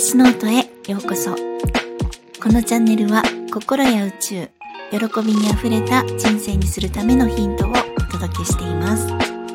私ノートへようこそ。このチャンネルは心や宇宙、喜びにあふれた人生にするためのヒントをお届けしています。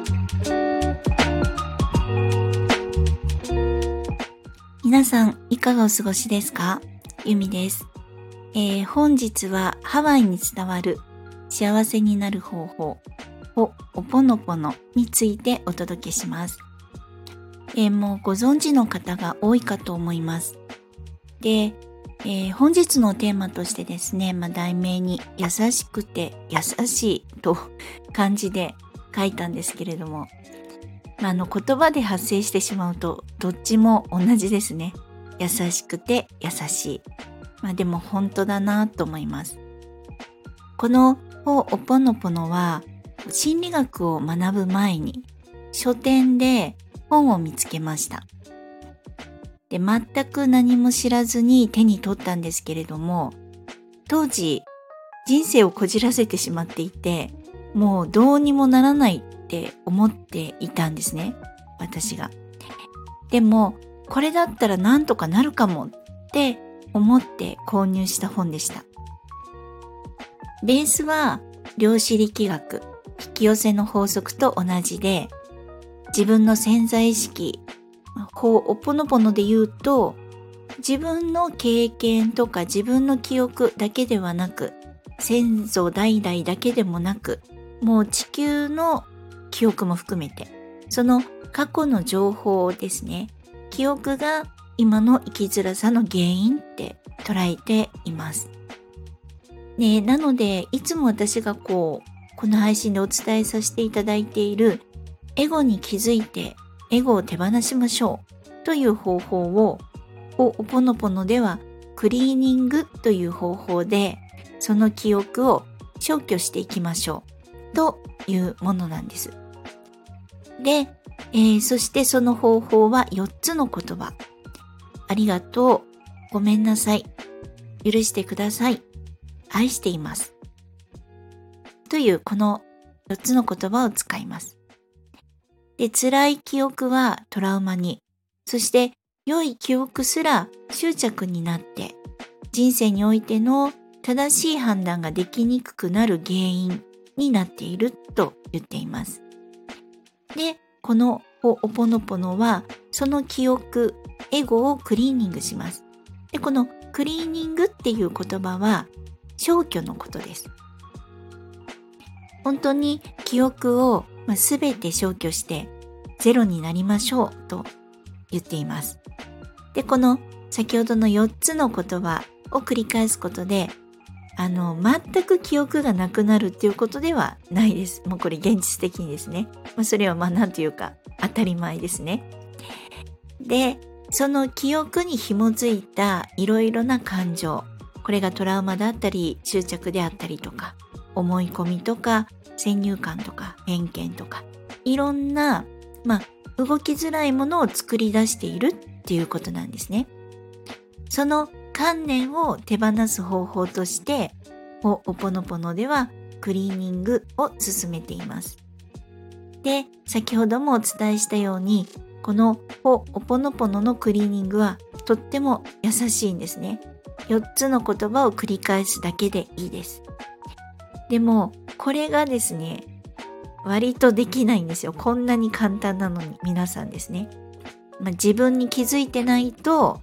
皆さんいかがお過ごしですか？ゆみです。本日はハワイに伝わる幸せになる方法をおぽのぽのについてお届けします。もうご存知の方が多いかと思います。で、本日のテーマとしてですね、題名に優しくて優しいと漢字で書いたんですけれども、言葉で発声してしまうとどっちも同じですね。優しくて優しい。でも本当だなと思います。このおぽのぽのは心理学を学ぶ前に書店で本を見つけました。で、全く何も知らずに手に取ったんですけれども、当時人生をこじらせてしまっていて、もうどうにもならないって思っていたんですね、私が。でもこれだったらなんとかなるかもって思って購入した本でした。ベースは量子力学、引き寄せの法則と同じで、自分の潜在意識、おぽのぽので言うと、自分の経験とか自分の記憶だけではなく、先祖代々だけでもなく、もう地球の記憶も含めて、その過去の情報ですね、記憶が今の生きづらさの原因って捉えています。なので、いつも私がこの配信でお伝えさせていただいているエゴに気づいてエゴを手放しましょうという方法をおぽのぽのではクリーニングという方法でその記憶を消去していきましょうというものなんです。で、そしてその方法は4つの言葉。ありがとう、ごめんなさい、許してください、愛していますというこの4つの言葉を使います。で、辛い記憶はトラウマに、そして良い記憶すら執着になって、人生においての正しい判断ができにくくなる原因になっていると言っています。で、このおぽのぽのは、その記憶、エゴをクリーニングします。で、このクリーニングっていう言葉は、消去のことです。本当に記憶をすべて消去してゼロになりましょうと言っています。で、この先ほどの4つの言葉を繰り返すことで、全く記憶がなくなるっていうことではないです。もうこれ現実的にですね。それはなんというか当たり前ですね。で、その記憶に紐づいたいろいろな感情、これがトラウマだったり執着であったりとか、思い込みとか先入観とか偏見とか、いろんな動きづらいものを作り出しているっていうことなんですね。その観念を手放す方法としておぽのぽのではクリーニングを進めています。で、先ほどもお伝えしたように、このおぽのぽののクリーニングはとっても優しいんですね。4つの言葉を繰り返すだけでいいです。でもこれがですね、割とできないんですよ。こんなに簡単なのに皆さんですね。自分に気づいてないと、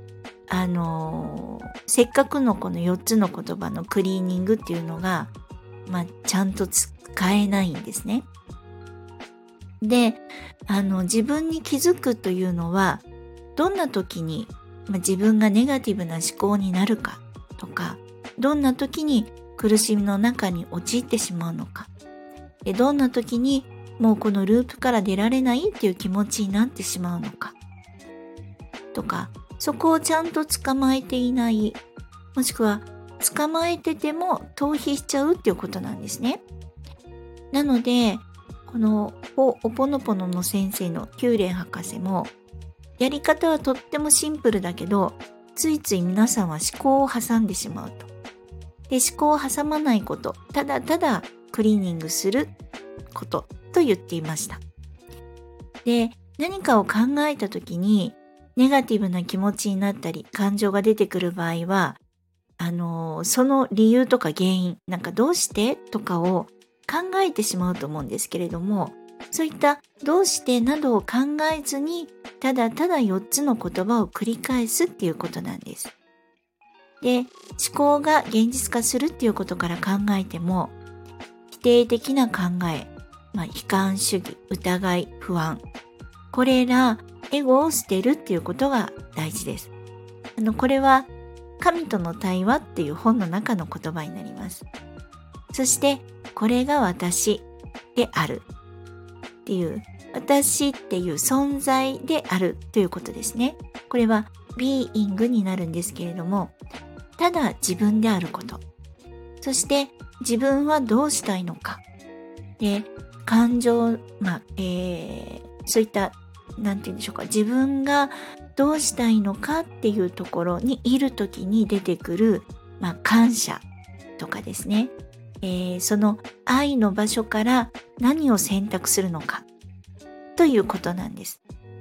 せっかくのこの4つの言葉のクリーニングっていうのが、ちゃんと使えないんですね。で、自分に気づくというのは、どんな時に、自分がネガティブな思考になるかとか、どんな時に苦しみの中に陥ってしまうのか、で、どんな時にもうこのループから出られないっていう気持ちになってしまうのかとか、そこをちゃんと捕まえていない、もしくは捕まえてても逃避しちゃうっていうことなんですね。なので、このおぽのぽのの先生のキューレン博士も、やり方はとってもシンプルだけど、ついつい皆さんは思考を挟んでしまうと。で、思考を挟まないこと、ただただクリーニングすることと言っていました。で、何かを考えたときに、 ネガティブな気持ちになったり感情が出てくる場合は、その理由とか原因、なんかどうしてとかを考えてしまうと思うんですけれども、そういったどうしてなどを考えずに、ただただ4つの言葉を繰り返すっていうことなんです。で、思考が現実化するっていうことから考えても、否定的な考え、悲観主義、疑い、不安、これらエゴを捨てるっていうことが大事です。これは神との対話っていう本の中の言葉になります。そしてこれが私であるっていう、私っていう存在であるということですね。これはビーイングになるんですけれども、ただ自分であること、そして自分はどうしたいのか、で感情、そういったなんて言うんでしょうか、自分がどうしたいのかっていうところにいるときに出てくる、感謝とかですね、その愛の場所から何を選択するのかということなんです。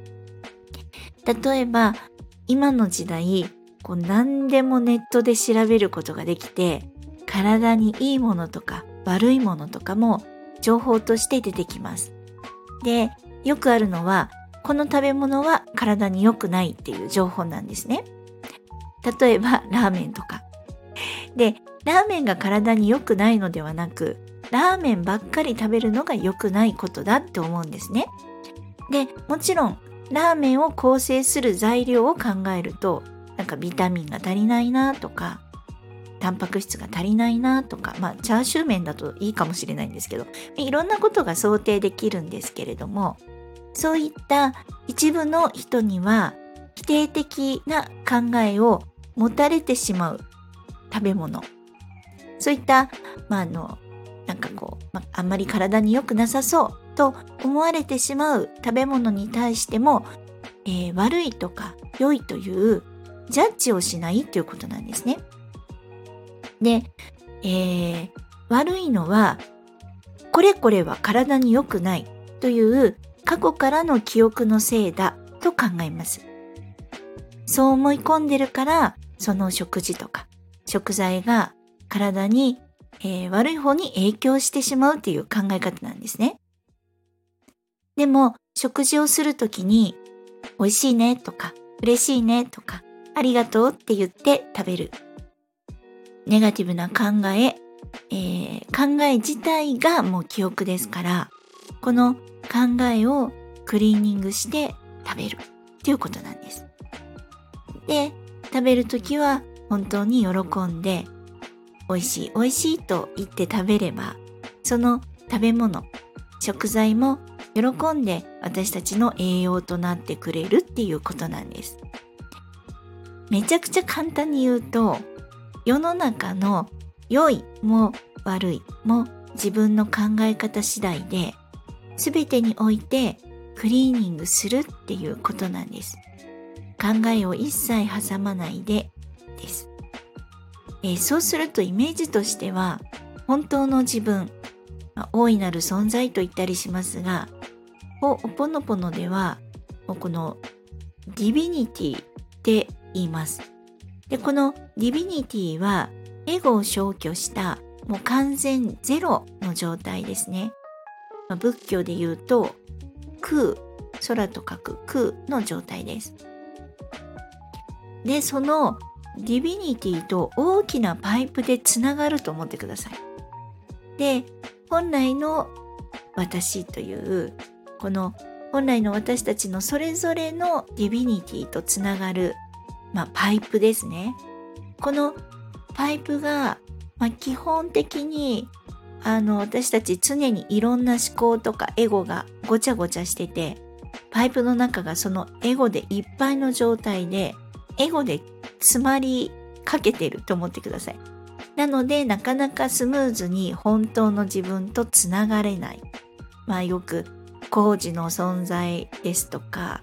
例えば今の時代、何でもネットで調べることができて、体にいいものとか悪いものとかも情報として出てきます。で、よくあるのは、この食べ物は体に良くないっていう情報なんですね。例えばラーメンとか。で、ラーメンが体に良くないのではなく、ラーメンばっかり食べるのが良くないことだって思うんですね。で、もちろんラーメンを構成する材料を考えると、なんかビタミンが足りないなとか、タンパク質が足りないなとか、チャーシュー麺だといいかもしれないんですけど、いろんなことが想定できるんですけれども、そういった一部の人には否定的な考えを持たれてしまう食べ物、そういったあんまり体に良くなさそうと思われてしまう食べ物に対しても、悪いとか良いというジャッジをしないということなんですね。で、悪いのはこれこれは体に良くないという過去からの記憶のせいだと考えます。そう思い込んでるから、その食事とか食材が体に、悪い方に影響してしまうという考え方なんですね。でも食事をするときに美味しいねとか嬉しいねとかありがとうって言って食べる。ネガティブな考え自体がもう記憶ですから、この考えをクリーニングして食べるっていうことなんです。で、食べるときは本当に喜んで美味しい美味しいと言って食べれば、その食べ物、食材も喜んで私たちの栄養となってくれるっていうことなんです。めちゃくちゃ簡単に言うと、世の中の良いも悪いも自分の考え方次第で、全てにおいてクリーニングするっていうことなんです。考えを一切挟まないでです。そうするとイメージとしては、本当の自分、大いなる存在と言ったりしますが、ホオポノポノではこのディビニティって言います。で、このディビニティはエゴを消去したもう完全ゼロの状態ですね。仏教で言うと空、空と書く空の状態です。で、そのディビニティと大きなパイプでつながると思ってください。で、本来の私というこの本来の私たちのそれぞれのディビニティとつながる、パイプですね。このパイプが、基本的に私たち常にいろんな思考とかエゴがごちゃごちゃしてて、パイプの中がそのエゴでいっぱいの状態で、エゴで詰まりかけてると思ってください。なのでなかなかスムーズに本当の自分とつながれない。よく工事の存在ですとか、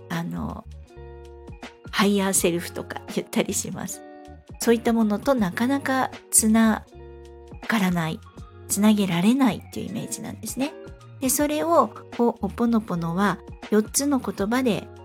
ハイヤーセルフとか言ったりします。そういったものとなかなかつながらない、つなげられないっていうイメージなんですね。で、それをホオポノポノは4つの言葉で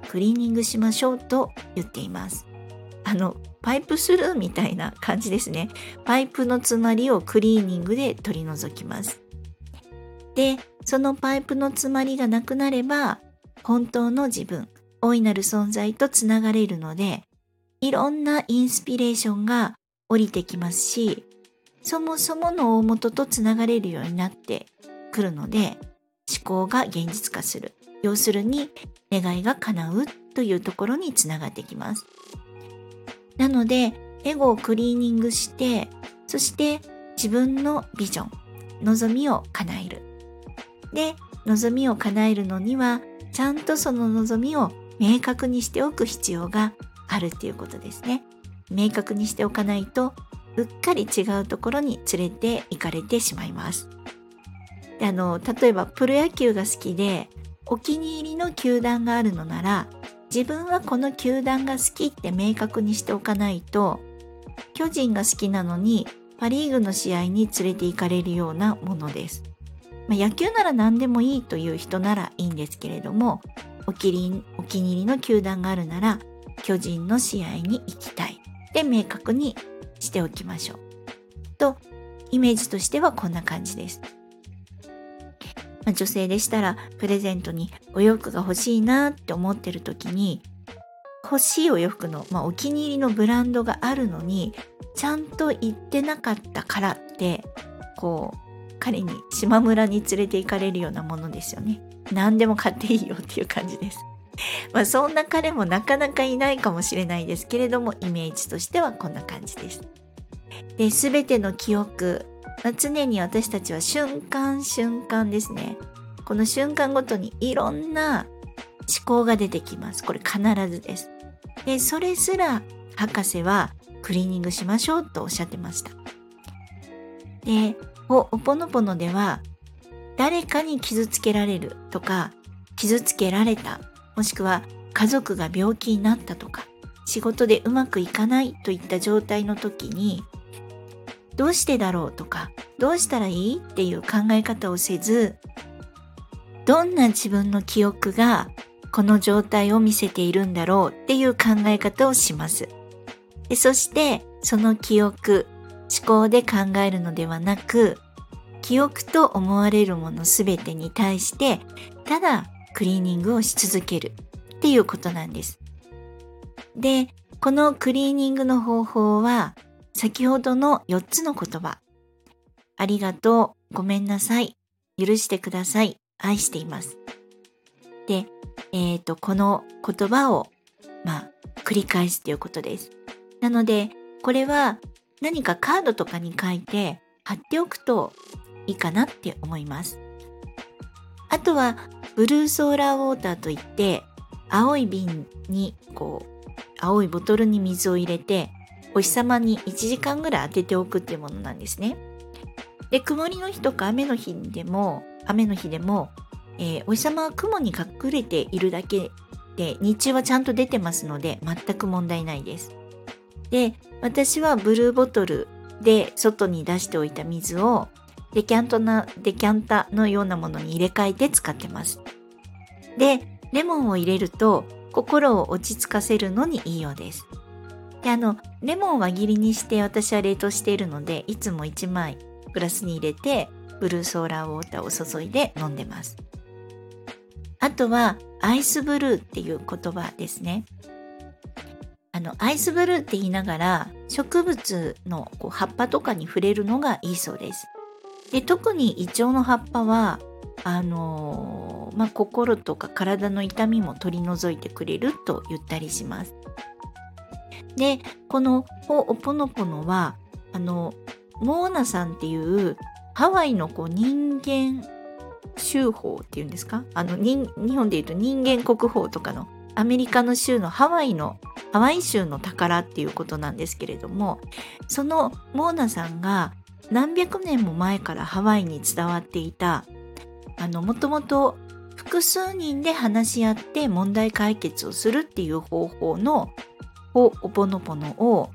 クリーニングしましょうと言っています。パイプスルーみたいな感じですね。パイプの詰まりをクリーニングで取り除きます。で、そのパイプの詰まりがなくなれば、本当の自分、大いなる存在とつながれるので、いろんなインスピレーションが降りてきますし、そもそもの大元とつながれるようになってくるので、思考が現実化する。要するに、願いが叶うというところにつながってきます。なので、エゴをクリーニングして、そして自分のビジョン、望みを叶える。で、望みを叶えるのには、ちゃんとその望みを明確にしておく必要があるっていうことですね。明確にしておかないと、うっかり違うところに連れて行かれてしまいます。で、例えばプロ野球が好きで、お気に入りの球団があるのなら、自分はこの球団が好きって明確にしておかないと、巨人が好きなのにパリーグの試合に連れて行かれるようなものです。野球なら何でもいいという人ならいいんですけれども、お気に入りの球団があるなら、巨人の試合に行きたいで明確にしておきましょう。と、イメージとしてはこんな感じです。女性でしたらプレゼントにお洋服が欲しいなって思ってる時に、欲しいお洋服の、お気に入りのブランドがあるのにちゃんと言ってなかったからって、彼に島村に連れて行かれるようなものですよね。何でも買っていいよっていう感じです。そんな彼もなかなかいないかもしれないですけれども、イメージとしてはこんな感じです。で、すべての記憶、常に私たちは瞬間瞬間ですね。この瞬間ごとにいろんな思考が出てきます。これ必ずです。で、それすら博士はクリーニングしましょうとおっしゃってました。で、おぽのぽのでは、誰かに傷つけられるとか、傷つけられた、もしくは家族が病気になったとか、仕事でうまくいかないといった状態の時に、どうしてだろうとか、どうしたらいいっていう考え方をせず、どんな自分の記憶がこの状態を見せているんだろうっていう考え方をします。で、そしてその記憶、思考で考えるのではなく、記憶と思われるものすべてに対してただクリーニングをし続けるっていうことなんです。で、このクリーニングの方法は先ほどの4つの言葉、ありがとう、ごめんなさい、許してください、愛しています。で、この言葉を繰り返すということです。なので、これは何かカードとかに書いて貼っておくといいかなって思います。あとはブルーソーラーウォーターといって、青い瓶に青いボトルに水を入れてお日様に1時間ぐらい当てておくっていうものなんですね。で、曇りの日とか雨の日でも、お日様は雲に隠れているだけで、日中はちゃんと出てますので全く問題ないです。で、私はブルーボトルで外に出しておいた水をデキャンタのようなものに入れ替えて使ってます。で、レモンを入れると心を落ち着かせるのにいいようです。で、レモンを輪切りにして私は冷凍しているので、いつも1枚グラスに入れてブルーソーラーウォーターを注いで飲んでます。あとはアイスブルーっていう言葉ですね。アイスブルーって言いながら植物の葉っぱとかに触れるのがいいそうです。で、特にイチョウの葉っぱは心とか体の痛みも取り除いてくれると言ったりします。で、このホオポノポノはモーナさんっていうハワイの人間州法っていうんですか、日本でいうと人間国宝とかのアメリカの州のハワイ州の宝っていうことなんですけれども、そのモーナさんが何百年も前からハワイに伝わっていたもともと複数人で話し合って問題解決をするっていう方法のホオポノポノを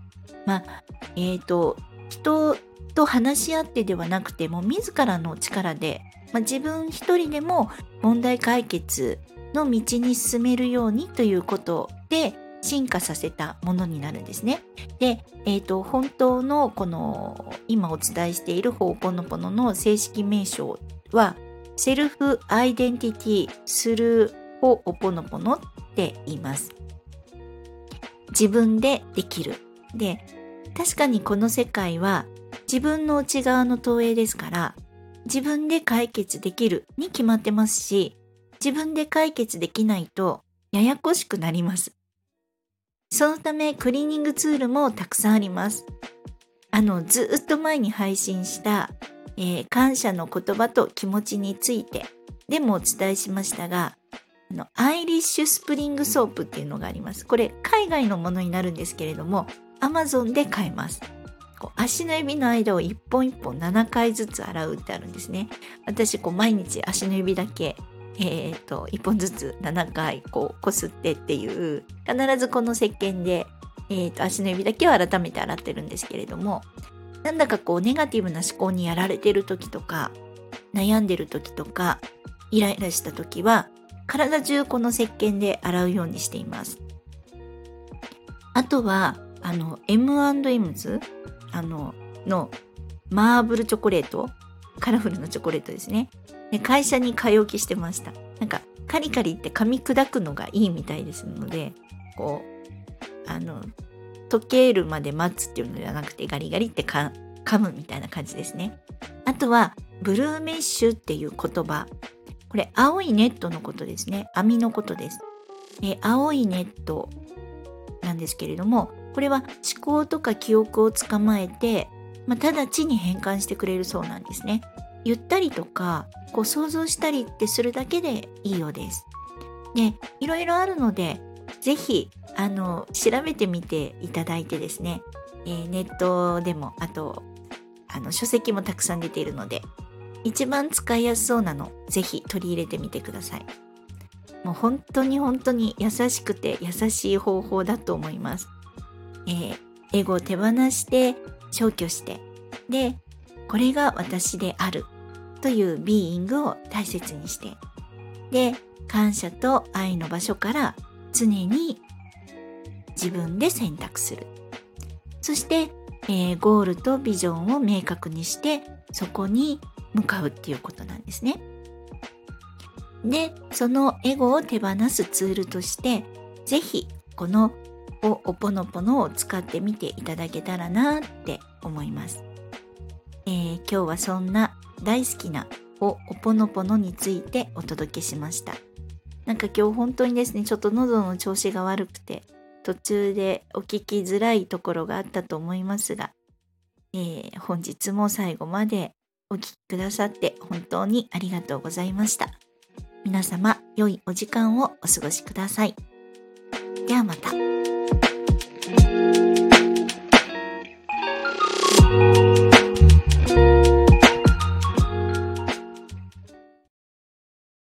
人と話し合ってではなくても自らの力で、自分一人でも問題解決の道に進めるようにということで進化させたものになるんですね。で、本当のこの今お伝えしているホーポノポノの正式名称はセルフアイデンティティスルーホーポノポノって言います。自分でできる。で、確かにこの世界は自分の内側の投影ですから、自分で解決できるに決まってますし、自分で解決できないとややこしくなります。そのためクリーニングツールもたくさんあります。ずっと前に配信した、感謝の言葉と気持ちについてでもお伝えしましたが、アイリッシュスプリングソープっていうのがあります。これ海外のものになるんですけれども、Amazon で買えます。足の指の間を一本一本7回ずつ洗うってあるんですね。私毎日足の指だけ一本ずつ7回こすってっていう、必ずこの石鹸で、足の指だけを改めて洗ってるんですけれども、なんだかネガティブな思考にやられてる時とか、悩んでる時とか、イライラした時は体中この石鹸で洗うようにしています。あとはM&M's のマーブルチョコレート、カラフルなチョコレートですね。で、会社に買い置きしてました。なんかカリカリって噛み砕くのがいいみたいですので、溶けるまで待つっていうのではなくて、ガリガリって噛むみたいな感じですね。あとはブルーメッシュっていう言葉、これ青いネットのことですね。網のことです。青いネットなんですけれども、これは思考とか記憶を捕まえて、直ちに変換してくれるそうなんですね。ゆったりとか想像したりってするだけでいいようです。で、いろいろあるので、ぜひ調べてみていただいてですね、ネットでも、あと書籍もたくさん出ているので、一番使いやすそうなのぜひ取り入れてみてください。もう本当に本当に優しくて優しい方法だと思います。エゴを手放して消去して、でこれが私であるというビーイングを大切にして、で感謝と愛の場所から常に自分で選択する。そして、ゴールとビジョンを明確にしてそこに向かうっていうことなんですね。で、そのエゴを手放すツールとしてぜひこのホオポノポノを使ってみていただけたらなって思います。今日はそんな大好きなホオポノポノについてお届けしました。なんか今日本当にですね、ちょっと喉の調子が悪くて途中でお聞きづらいところがあったと思いますが、本日も最後までお聞きくださって本当にありがとうございました。皆様良いお時間をお過ごしください。ではまた。